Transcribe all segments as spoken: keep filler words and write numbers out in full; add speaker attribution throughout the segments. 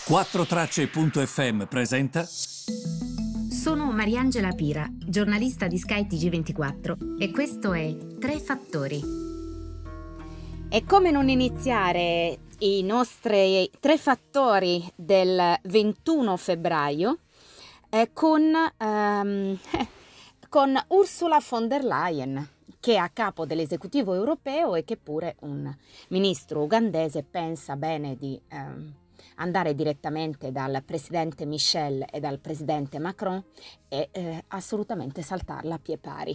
Speaker 1: quattro tracce punto effe emme presenta.
Speaker 2: Sono Mariangela Pira, giornalista di Sky T G ventiquattro e questo è Tre Fattori.
Speaker 3: E come non iniziare i nostri tre fattori del ventuno febbraio eh, con, ehm, con Ursula von der Leyen, che è a capo dell'esecutivo europeo e che pure un ministro ugandese pensa bene di ehm, andare direttamente dal presidente Michel e dal presidente Macron e eh, assolutamente saltarla a pie pari.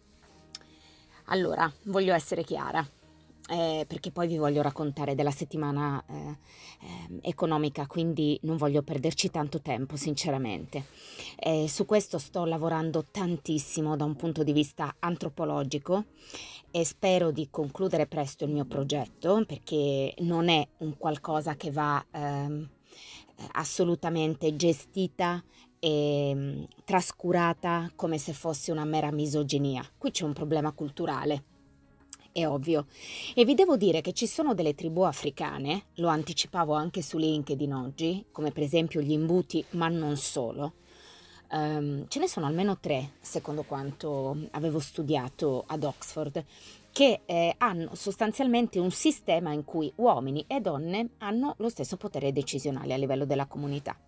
Speaker 3: Allora, voglio essere chiara. Eh, perché poi vi voglio raccontare della settimana eh, eh, economica, quindi non voglio perderci tanto tempo sinceramente. Eh, su questo sto lavorando tantissimo da un punto di vista antropologico e spero di concludere presto il mio progetto, perché non è un qualcosa che va ehm, assolutamente gestita e mh, trascurata come se fosse una mera misoginia. Qui c'è un problema culturale. È ovvio. E vi devo dire che ci sono delle tribù africane, lo anticipavo anche su LinkedIn oggi, come per esempio gli Imbuti, ma non solo. Um, ce ne sono almeno tre, secondo quanto avevo studiato ad Oxford, che eh, hanno sostanzialmente un sistema in cui uomini e donne hanno lo stesso potere decisionale a livello della comunità.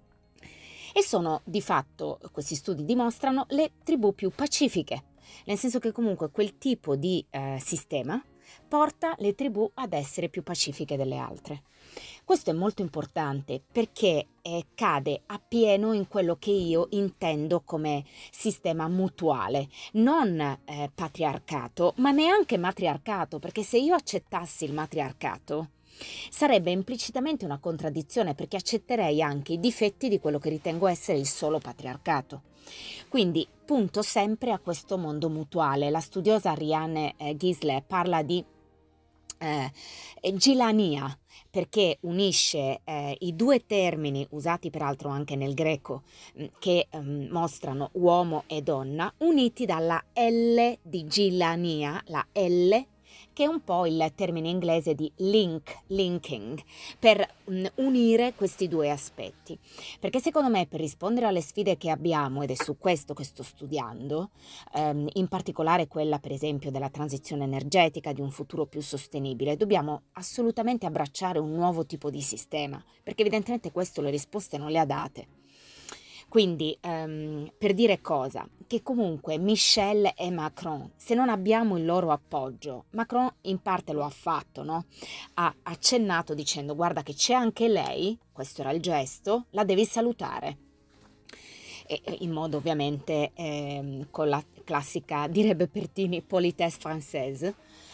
Speaker 3: E sono di fatto, questi studi dimostrano, le tribù più pacifiche. Nel senso che comunque quel tipo di eh, sistema porta le tribù ad essere più pacifiche delle altre. Questo è molto importante perché eh, cade appieno in quello che io intendo come sistema mutuale, non eh, patriarcato, ma neanche matriarcato, perché se io accettassi il matriarcato sarebbe implicitamente una contraddizione, perché accetterei anche i difetti di quello che ritengo essere il solo patriarcato. Quindi punto sempre a questo mondo mutuale. La studiosa Ariane eh, Gisler parla di eh, gilania, perché unisce eh, i due termini usati peraltro anche nel greco mh, che mh, mostrano uomo e donna, uniti dalla L di gilania, la L, che è un po' il termine inglese di link, linking, per um, unire questi due aspetti. Perché secondo me, per rispondere alle sfide che abbiamo, ed è su questo che sto studiando, ehm, in particolare quella per esempio della transizione energetica, di un futuro più sostenibile, dobbiamo assolutamente abbracciare un nuovo tipo di sistema, perché evidentemente questo le risposte non le ha date. Quindi, um, per dire cosa? Che comunque Michel e Macron, se non abbiamo il loro appoggio, Macron in parte lo ha fatto, no? Ha accennato dicendo: guarda che c'è anche lei, questo era il gesto, la devi salutare. E, in modo ovviamente eh, con la classica, direbbe Pertini, politesse française.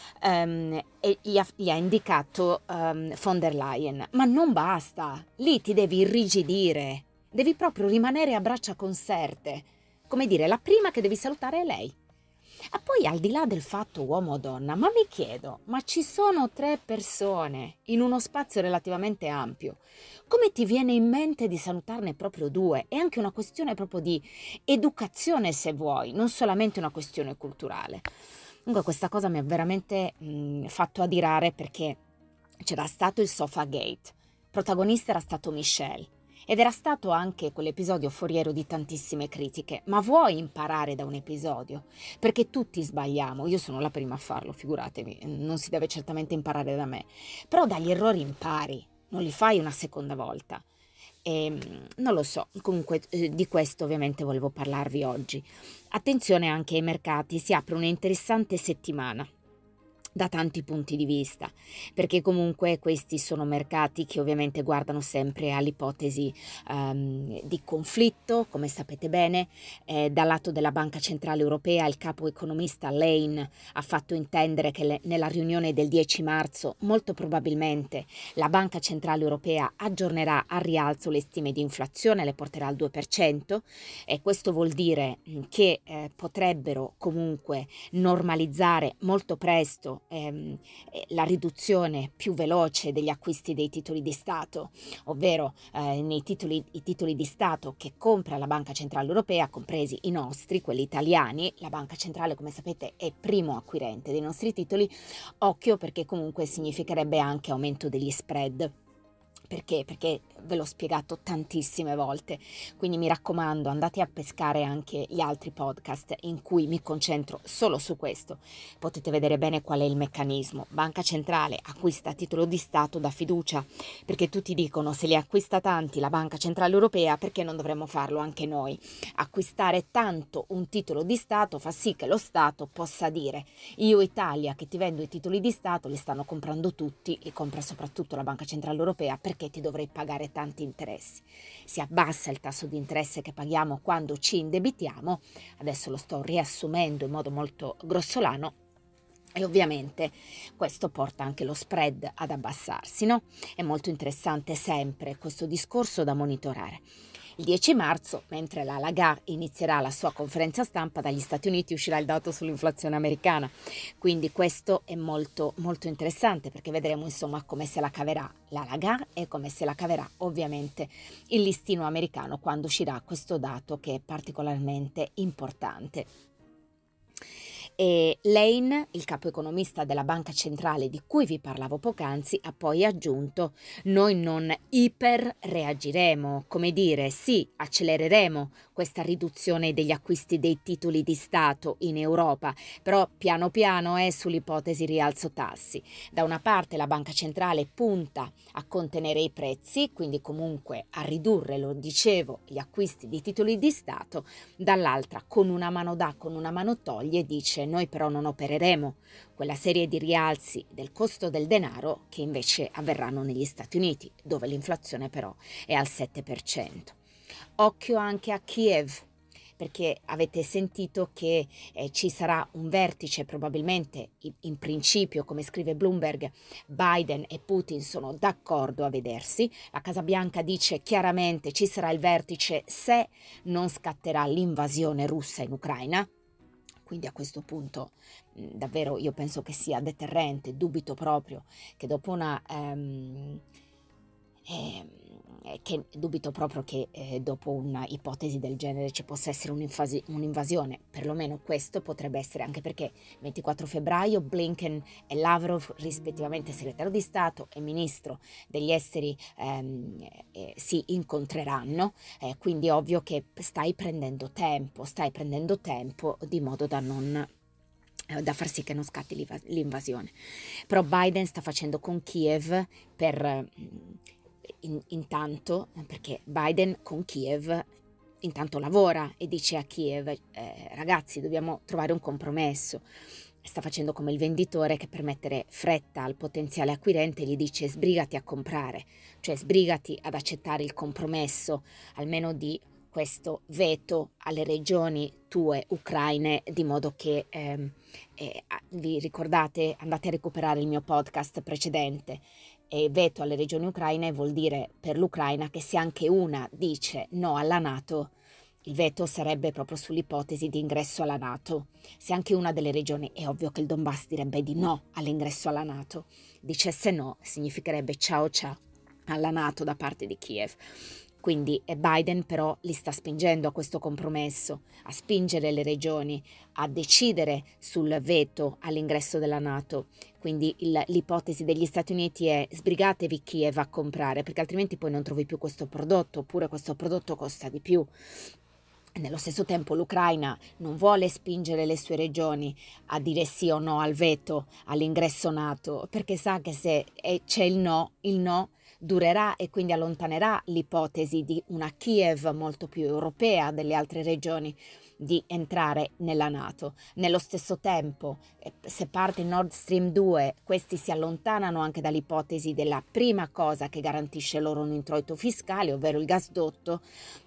Speaker 3: Um, e gli ha, gli ha indicato um, von der Leyen, ma non basta, lì ti devi irrigidire. Devi proprio rimanere a braccia conserte, come dire, la prima che devi salutare è lei. E poi, al di là del fatto uomo o donna, ma mi chiedo, ma ci sono tre persone in uno spazio relativamente ampio, come ti viene in mente di salutarne proprio due? È anche una questione proprio di educazione, se vuoi, non solamente una questione culturale. Comunque questa cosa mi ha veramente mh, fatto adirare, perché c'era stato il Sofagate, protagonista era stato Michel. Ed era stato anche quell'episodio foriero di tantissime critiche. Ma vuoi imparare da un episodio? Perché tutti sbagliamo, io sono la prima a farlo, figuratevi, non si deve certamente imparare da me. Però dagli errori impari, non li fai una seconda volta. E, non lo so, comunque eh, di questo ovviamente volevo parlarvi oggi. Attenzione anche ai mercati, si apre un'interessante settimana da tanti punti di vista, perché comunque questi sono mercati che ovviamente guardano sempre all'ipotesi um, di conflitto, come sapete bene. Eh, dal lato della Banca Centrale Europea il capo economista Lane ha fatto intendere che le, nella riunione del dieci marzo molto probabilmente la Banca Centrale Europea aggiornerà al rialzo le stime di inflazione, le porterà al due per cento, e questo vuol dire che eh, potrebbero comunque normalizzare molto presto Ehm, la riduzione più veloce degli acquisti dei titoli di Stato, ovvero eh, nei titoli, i titoli di Stato che compra la Banca Centrale Europea, compresi i nostri, quelli italiani. La Banca Centrale, come sapete, è primo acquirente dei nostri titoli. Occhio, perché comunque significherebbe anche aumento degli spread. Perché? Perché ve l'ho spiegato tantissime volte, quindi mi raccomando, andate a pescare anche gli altri podcast in cui mi concentro solo su questo. Potete vedere bene qual è il meccanismo. Banca centrale acquista titolo di Stato da fiducia, perché tutti dicono: se li acquista tanti la Banca Centrale Europea, perché non dovremmo farlo anche noi? Acquistare tanto un titolo di Stato fa sì che lo Stato possa dire: io Italia che ti vendo i titoli di Stato, li stanno comprando tutti, li compra soprattutto la Banca Centrale Europea, perché ti dovrei pagare tanti interessi. Si abbassa il tasso di interesse che paghiamo quando ci indebitiamo, adesso lo sto riassumendo in modo molto grossolano, e ovviamente questo porta anche lo spread ad abbassarsi, no? È molto interessante sempre questo discorso da monitorare. Il dieci marzo, mentre la Lagarde inizierà la sua conferenza stampa, dagli Stati Uniti uscirà il dato sull'inflazione americana, quindi questo è molto molto interessante, perché vedremo insomma come se la caverà la Lagarde e come se la caverà ovviamente il listino americano quando uscirà questo dato che è particolarmente importante. E Lane, il capo economista della Banca Centrale di cui vi parlavo poc'anzi, ha poi aggiunto: noi non iperreagiremo, come dire, sì, accelereremo questa riduzione degli acquisti dei titoli di Stato in Europa, però piano piano è sull'ipotesi rialzo tassi. Da una parte la Banca Centrale punta a contenere i prezzi, quindi comunque a ridurre, lo dicevo, gli acquisti di titoli di Stato, dall'altra con una mano dà, con una mano toglie, dice: noi però non opereremo quella serie di rialzi del costo del denaro che invece avverranno negli Stati Uniti, dove l'inflazione però è al sette per cento. Occhio anche a Kiev, perché avete sentito che eh, ci sarà un vertice, probabilmente in, in principio, come scrive Bloomberg, Biden e Putin sono d'accordo a vedersi. La Casa Bianca dice chiaramente: ci sarà il vertice se non scatterà l'invasione russa in Ucraina. Quindi a questo punto mh, davvero io penso che sia deterrente, dubito proprio che dopo una... Um, eh, che dubito proprio che eh, dopo una ipotesi del genere ci possa essere un'invasi- un'invasione, perlomeno questo potrebbe essere, anche perché il ventiquattro febbraio Blinken e Lavrov, rispettivamente segretario di Stato e ministro degli esteri, ehm, eh, si incontreranno, eh, quindi è ovvio che stai prendendo tempo, stai prendendo tempo di modo da non... da far sì che non scatti l'invasione. Però Biden sta facendo con Kiev per... In, intanto, perché Biden con Kiev intanto lavora e dice a Kiev: eh, ragazzi, dobbiamo trovare un compromesso. Sta facendo come il venditore che per mettere fretta al potenziale acquirente gli dice: sbrigati a comprare, cioè sbrigati ad accettare il compromesso almeno di questo veto alle regioni tue ucraine, di modo che ehm, eh, vi ricordate, andate a recuperare il mio podcast precedente. E veto alle regioni ucraine vuol dire per l'Ucraina che se anche una dice no alla NATO, il veto sarebbe proprio sull'ipotesi di ingresso alla NATO. Se anche una delle regioni, è ovvio che il Donbass direbbe di no all'ingresso alla NATO, dicesse no, significherebbe ciao ciao alla NATO da parte di Kiev. Quindi Biden però li sta spingendo a questo compromesso, a spingere le regioni a decidere sul veto all'ingresso della NATO. Quindi il, l'ipotesi degli Stati Uniti è: sbrigatevi Kiev a comprare, perché altrimenti poi non trovi più questo prodotto, oppure questo prodotto costa di più. Nello stesso tempo l'Ucraina non vuole spingere le sue regioni a dire sì o no al veto all'ingresso NATO, perché sa che se c'è il no, il no durerà e quindi allontanerà l'ipotesi di una Kiev molto più europea delle altre regioni di entrare nella NATO. Nello stesso tempo, se parte Nord Stream due, questi si allontanano anche dall'ipotesi della prima cosa che garantisce loro un introito fiscale, ovvero il gasdotto.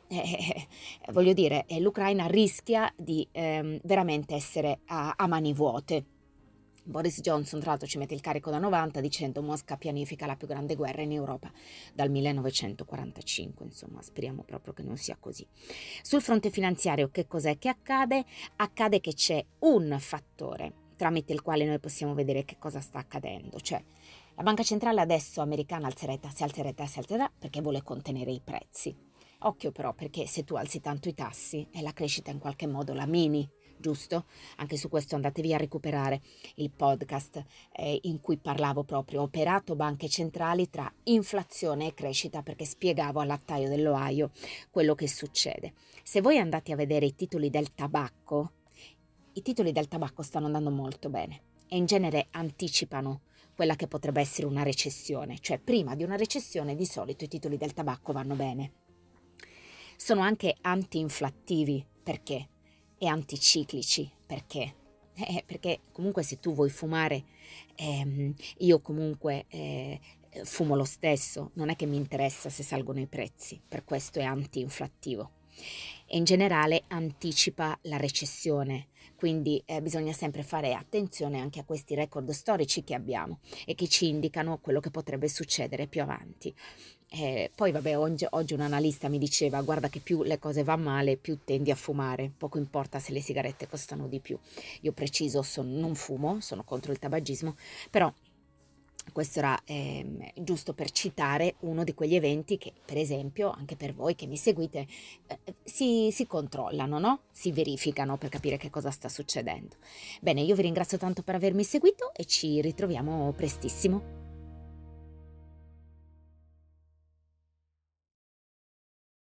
Speaker 3: Eh, voglio dire, l'Ucraina rischia di ehm, veramente essere a, a mani vuote. Boris Johnson tra l'altro ci mette il carico da novanta dicendo: Mosca pianifica la più grande guerra in Europa dal millenovecentoquarantacinque, insomma speriamo proprio che non sia così. Sul fronte finanziario che cos'è che accade? Accade che c'è un fattore tramite il quale noi possiamo vedere che cosa sta accadendo, cioè la banca centrale adesso americana alzerà i tassi, alzerà i tassi, alzerà perché vuole contenere i prezzi. Occhio però, perché se tu alzi tanto i tassi e la crescita in qualche modo la mini, giusto? Anche su questo andatevi a recuperare il podcast eh, in cui parlavo proprio operato banche centrali tra inflazione e crescita, perché spiegavo al lattaio dell'Ohio quello che succede. Se voi andate a vedere i titoli del tabacco, i titoli del tabacco stanno andando molto bene e in genere anticipano quella che potrebbe essere una recessione, cioè prima di una recessione di solito i titoli del tabacco vanno bene. Sono anche anti-inflattivi, perché? E anticiclici, perché? Eh, perché comunque se tu vuoi fumare, ehm, io comunque eh, fumo lo stesso, non è che mi interessa se salgono i prezzi, per questo è anti-inflattivo. E in generale anticipa la recessione, quindi eh, bisogna sempre fare attenzione anche a questi record storici che abbiamo e che ci indicano quello che potrebbe succedere più avanti. Eh, poi vabbè, oggi, oggi un analista mi diceva: guarda che più le cose vanno male più tendi a fumare, poco importa se le sigarette costano di più. Io preciso, son, non fumo, sono contro il tabagismo, però questo era ehm, giusto per citare uno di quegli eventi che, per esempio, anche per voi che mi seguite, eh, si, si controllano, no? Si verificano per capire che cosa sta succedendo. Bene, io vi ringrazio tanto per avermi seguito e ci ritroviamo prestissimo.